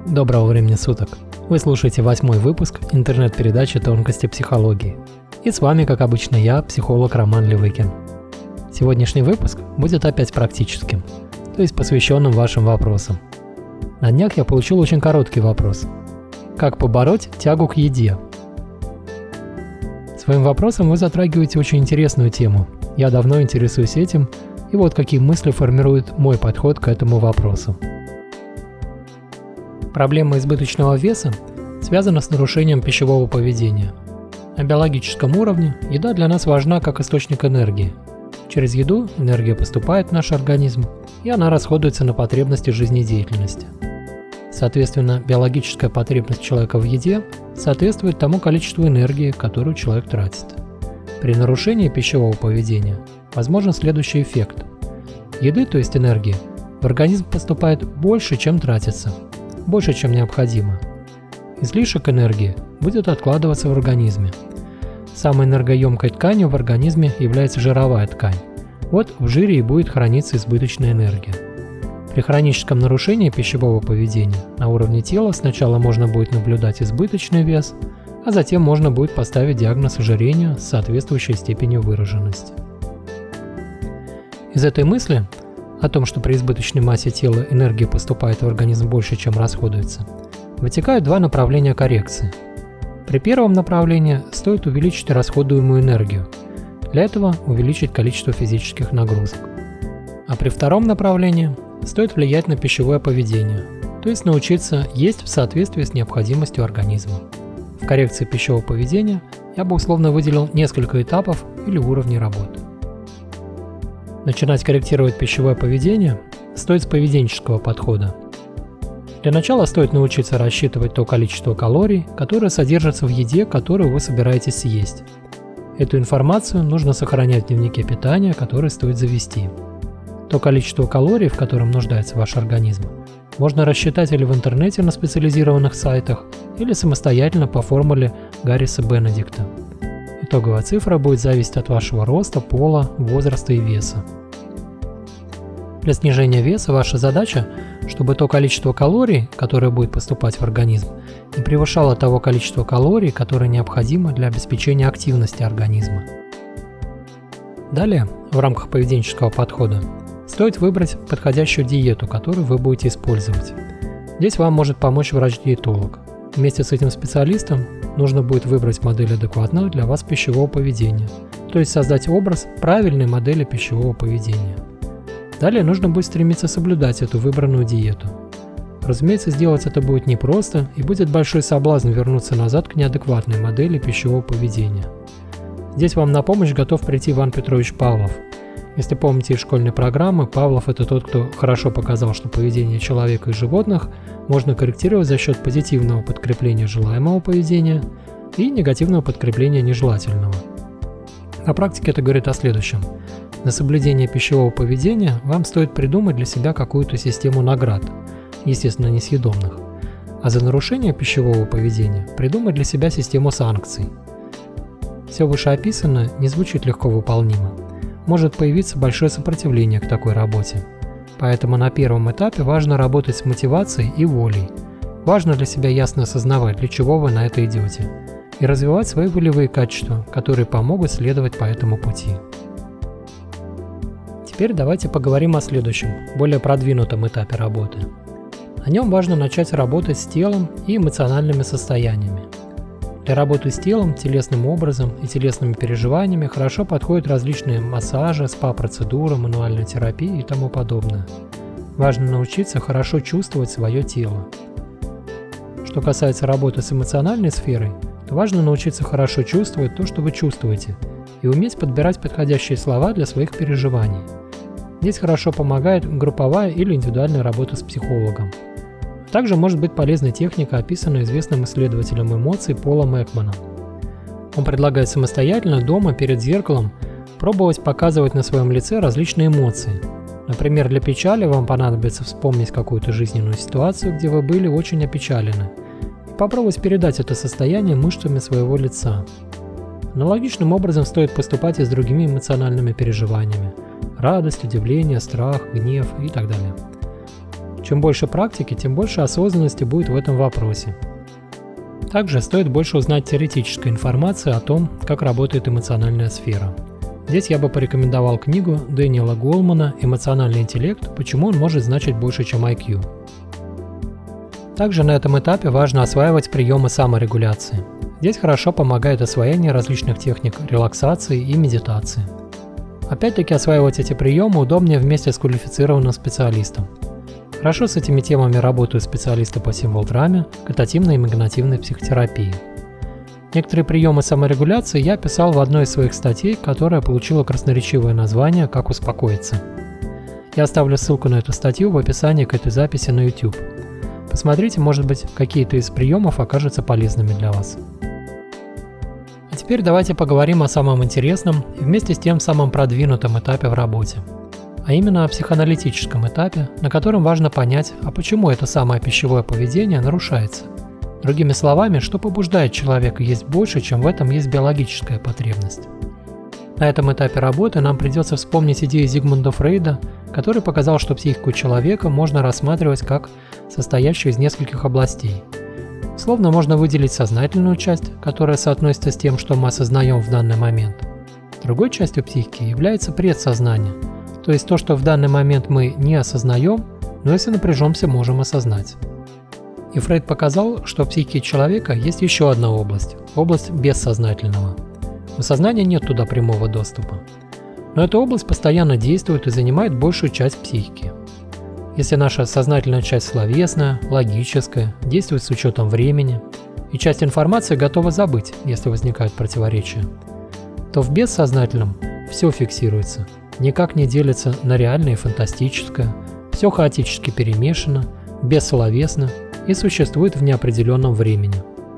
Доброго времени суток! Вы слушаете 8-й выпуск интернет-передачи «Тонкости психологии». И с вами, как обычно, я, психолог Роман Левыкин. Сегодняшний выпуск будет опять практическим, то есть посвященным вашим вопросам. На днях я получил очень короткий вопрос. Как побороть тягу к еде? Своим вопросом вы затрагиваете очень интересную тему. Я давно интересуюсь этим, и вот какие мысли формирует мой подход к этому вопросу. Проблема избыточного веса связана с нарушением пищевого поведения. На биологическом уровне еда для нас важна как источник энергии. Через еду энергия поступает в наш организм, и она расходуется на потребности жизнедеятельности. Соответственно, биологическая потребность человека в еде соответствует тому количеству энергии, которую человек тратит. При нарушении пищевого поведения возможен следующий эффект. Еды, то есть энергии, в организм поступает больше, чем тратится, больше, чем необходимо. Излишек энергии будет откладываться в организме. Самой энергоемкой тканью в организме является жировая ткань. Вот в жире и будет храниться избыточная энергия. При хроническом нарушении пищевого поведения на уровне тела сначала можно будет наблюдать избыточный вес, а затем можно будет поставить диагноз ожирения с соответствующей степенью выраженности. Из этой мысли о том, что при избыточной массе тела энергии поступает в организм больше, чем расходуется, вытекают два направления коррекции. При первом направлении стоит увеличить расходуемую энергию, для этого увеличить количество физических нагрузок. А при втором направлении стоит влиять на пищевое поведение, то есть научиться есть в соответствии с необходимостью организма. В коррекции пищевого поведения я бы условно выделил несколько этапов или уровней работы. Начинать корректировать пищевое поведение стоит с поведенческого подхода. Для начала стоит научиться рассчитывать то количество калорий, которое содержится в еде, которую вы собираетесь съесть. Эту информацию нужно сохранять в дневнике питания, который стоит завести. То количество калорий, в котором нуждается ваш организм, можно рассчитать или в интернете на специализированных сайтах, или самостоятельно по формуле Гарриса Бенедикта. Итоговая цифра будет зависеть от вашего роста, пола, возраста и веса. Для снижения веса ваша задача, чтобы то количество калорий, которое будет поступать в организм, не превышало того количества калорий, которое необходимо для обеспечения активности организма. Далее, в рамках поведенческого подхода, стоит выбрать подходящую диету, которую вы будете использовать. Здесь вам может помочь врач-диетолог. Вместе с этим специалистом нужно будет выбрать модель адекватную для вас пищевого поведения, то есть создать образ правильной модели пищевого поведения. Далее нужно будет стремиться соблюдать эту выбранную диету. Разумеется, сделать это будет непросто и будет большой соблазн вернуться назад к неадекватной модели пищевого поведения. Здесь вам на помощь готов прийти Иван Петрович Павлов. Если помните из школьной программы, Павлов – это тот, кто хорошо показал, что поведение человека и животных можно корректировать за счет позитивного подкрепления желаемого поведения и негативного подкрепления нежелательного. На практике это говорит о следующем. На соблюдение пищевого поведения вам стоит придумать для себя какую-то систему наград, естественно, несъедобных, а за нарушение пищевого поведения придумать для себя систему санкций. Все вышеописанное не звучит легко выполнимо. Может появиться большое сопротивление к такой работе. Поэтому на первом этапе важно работать с мотивацией и волей. Важно для себя ясно осознавать, для чего вы на это идете, и развивать свои волевые качества, которые помогут следовать по этому пути. Теперь давайте поговорим о следующем, более продвинутом этапе работы. О нем важно начать работать с телом и эмоциональными состояниями. Для работы с телом, телесным образом и телесными переживаниями хорошо подходят различные массажи, спа-процедуры, мануальная терапия и тому подобное. Важно научиться хорошо чувствовать свое тело. Что касается работы с эмоциональной сферой, то важно научиться хорошо чувствовать то, что вы чувствуете, и уметь подбирать подходящие слова для своих переживаний. Здесь хорошо помогает групповая или индивидуальная работа с психологом. Также может быть полезной техника, описанная известным исследователем эмоций Полом Экманом. Он предлагает самостоятельно дома перед зеркалом пробовать показывать на своем лице различные эмоции. Например, для печали вам понадобится вспомнить какую-то жизненную ситуацию, где вы были очень опечалены, и попробовать передать это состояние мышцами своего лица. Аналогичным образом стоит поступать и с другими эмоциональными переживаниями – радость, удивление, страх, гнев и так далее. Чем больше практики, тем больше осознанности будет в этом вопросе. Также стоит больше узнать теоретической информации о том, как работает эмоциональная сфера. Здесь я бы порекомендовал книгу Дэниела Голмана «Эмоциональный интеллект. Почему он может значить больше, чем IQ». Также на этом этапе важно осваивать приемы саморегуляции. Здесь хорошо помогает освоение различных техник релаксации и медитации. Опять-таки осваивать эти приемы удобнее вместе с квалифицированным специалистом. Хорошо с этими темами работают специалисты по символ-драме, катативной и магнативной психотерапии. Некоторые приемы саморегуляции я описал в одной из своих статей, которая получила красноречивое название «Как успокоиться». Я оставлю ссылку на эту статью в описании к этой записи на YouTube. Посмотрите, может быть, какие-то из приемов окажутся полезными для вас. А теперь давайте поговорим о самом интересном и вместе с тем самом продвинутом этапе в работе. А именно о психоаналитическом этапе, на котором важно понять, а почему это самое пищевое поведение нарушается. Другими словами, что побуждает человека есть больше, чем в этом есть биологическая потребность. На этом этапе работы нам придется вспомнить идеи Зигмунда Фрейда, который показал, что психику человека можно рассматривать как состоящую из нескольких областей. Словно можно выделить сознательную часть, которая соотносится с тем, что мы осознаем в данный момент. Другой частью психики является предсознание, то есть то, что в данный момент мы не осознаем, но если напряжемся, можем осознать. И Фрейд показал, что в психике человека есть еще одна область – область бессознательного. У сознания нет туда прямого доступа. Но эта область постоянно действует и занимает большую часть психики. Если наша сознательная часть словесная, логическая, действует с учетом времени, и часть информации готова забыть, если возникают противоречия, то в бессознательном все фиксируется, никак не делится на реальное и фантастическое, все хаотически перемешано, бессловесно и существует в неопределенном времени.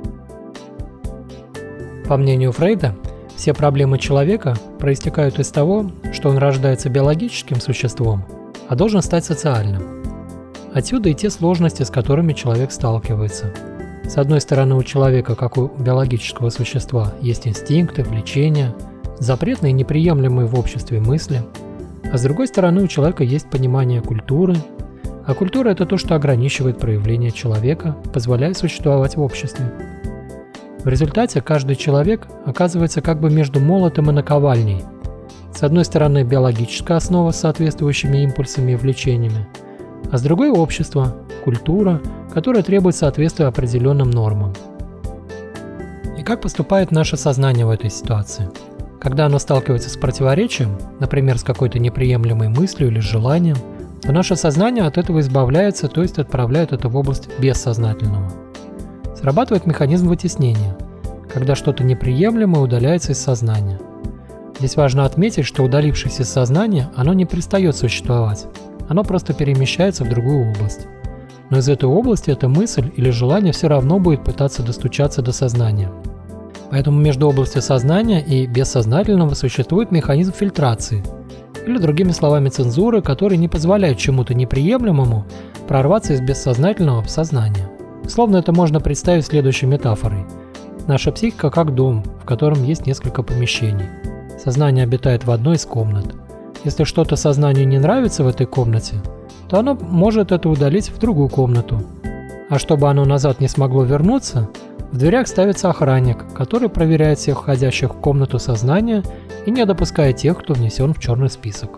По мнению Фрейда, все проблемы человека проистекают из того, что он рождается биологическим существом, а должен стать социальным. Отсюда и те сложности, с которыми человек сталкивается. С одной стороны, у человека, как у биологического существа, есть инстинкты, влечения, запретные и неприемлемые в обществе мысли, а с другой стороны, у человека есть понимание культуры, а культура – это то, что ограничивает проявление человека, позволяя существовать в обществе. В результате каждый человек оказывается как бы между молотом и наковальней. С одной стороны биологическая основа с соответствующими импульсами и влечениями, а с другой – общество, культура, которая требует соответствия определенным нормам. И как поступает наше сознание в этой ситуации? Когда оно сталкивается с противоречием, например, с какой-то неприемлемой мыслью или желанием, то наше сознание от этого избавляется, то есть отправляет это в область бессознательного. Срабатывает механизм вытеснения, когда что-то неприемлемое удаляется из сознания. Здесь важно отметить, что удалившись из сознания, оно не перестает существовать, оно просто перемещается в другую область. Но из этой области эта мысль или желание все равно будет пытаться достучаться до сознания. Поэтому между областью сознания и бессознательного существует механизм фильтрации, или другими словами цензуры, который не позволяет чему-то неприемлемому прорваться из бессознательного в сознание. Словно это можно представить следующей метафорой. Наша психика как дом, в котором есть несколько помещений. Сознание обитает в одной из комнат. Если что-то сознанию не нравится в этой комнате, то оно может это удалить в другую комнату. А чтобы оно назад не смогло вернуться, в дверях ставится охранник, который проверяет всех входящих в комнату сознания и не допускает тех, кто внесен в черный список.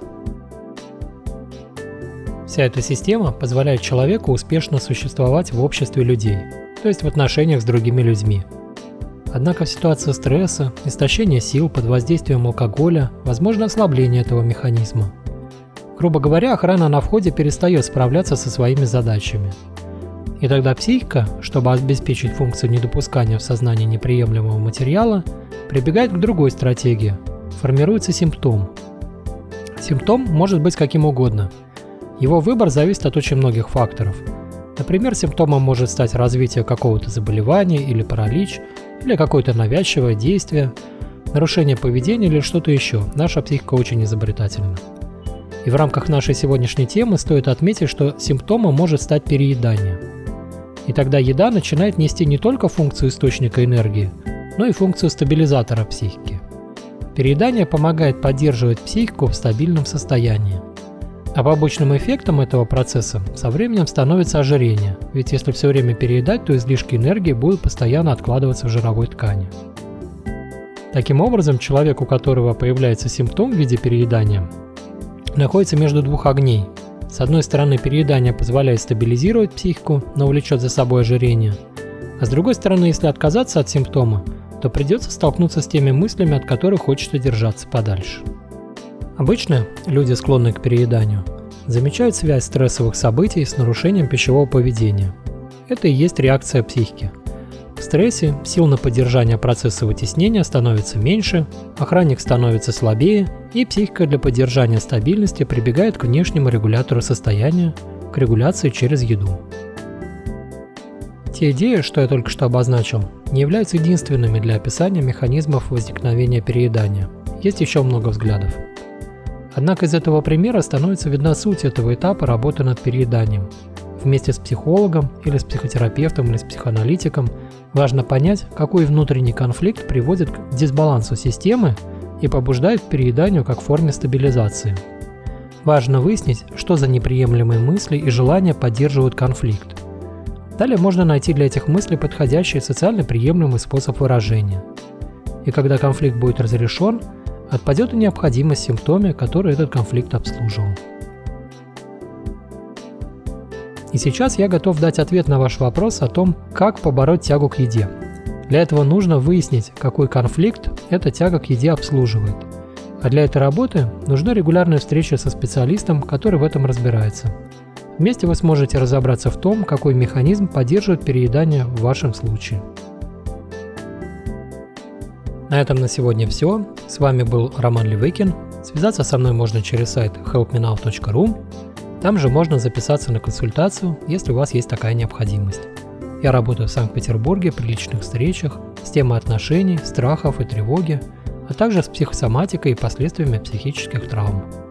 Вся эта система позволяет человеку успешно существовать в обществе людей, то есть в отношениях с другими людьми. Однако в ситуации стресса, истощения сил под воздействием алкоголя возможно ослабление этого механизма. Грубо говоря, охрана на входе перестает справляться со своими задачами. И тогда психика, чтобы обеспечить функцию недопускания в сознание неприемлемого материала, прибегает к другой стратегии – формируется симптом. Симптом может быть каким угодно. Его выбор зависит от очень многих факторов. Например, симптомом может стать развитие какого-то заболевания или паралич, или какое-то навязчивое действие, нарушение поведения или что-то еще. Наша психика очень изобретательна. И в рамках нашей сегодняшней темы стоит отметить, что симптомом может стать переедание. И тогда еда начинает нести не только функцию источника энергии, но и функцию стабилизатора психики. Переедание помогает поддерживать психику в стабильном состоянии. А побочным эффектом этого процесса со временем становится ожирение, ведь если все время переедать, то излишки энергии будут постоянно откладываться в жировой ткани. Таким образом, человек, у которого появляется симптом в виде переедания, находится между двух огней. С одной стороны, переедание позволяет стабилизировать психику, но влечет за собой ожирение. А с другой стороны, если отказаться от симптома, то придется столкнуться с теми мыслями, от которых хочется держаться подальше. Обычно люди, склонные к перееданию, замечают связь стрессовых событий с нарушением пищевого поведения. Это и есть реакция психики. В стрессе сил на поддержание процесса вытеснения становится меньше, охранник становится слабее, и психика для поддержания стабильности прибегает к внешнему регулятору состояния, к регуляции через еду. Те идеи, что я только что обозначил, не являются единственными для описания механизмов возникновения переедания. Есть еще много взглядов. Однако из этого примера становится видна суть этого этапа работы над перееданием. Вместе с психологом или с психотерапевтом или с психоаналитиком важно понять, какой внутренний конфликт приводит к дисбалансу системы и побуждает к перееданию как форме стабилизации. Важно выяснить, что за неприемлемые мысли и желания поддерживают конфликт. Далее можно найти для этих мыслей подходящий социально приемлемый способ выражения. И когда конфликт будет разрешен, отпадет и необходимость в симптоме, который этот конфликт обслуживал. И сейчас я готов дать ответ на ваш вопрос о том, как побороть тягу к еде. Для этого нужно выяснить, какой конфликт эта тяга к еде обслуживает. А для этой работы нужна регулярная встреча со специалистом, который в этом разбирается. Вместе вы сможете разобраться в том, какой механизм поддерживает переедание в вашем случае. На этом на сегодня все. С вами был Роман Левыкин. Связаться со мной можно через сайт helpmenow.ru. Там же можно записаться на консультацию, если у вас есть такая необходимость. Я работаю в Санкт-Петербурге при личных встречах с темой отношений, страхов и тревоги, а также с психосоматикой и последствиями психических травм.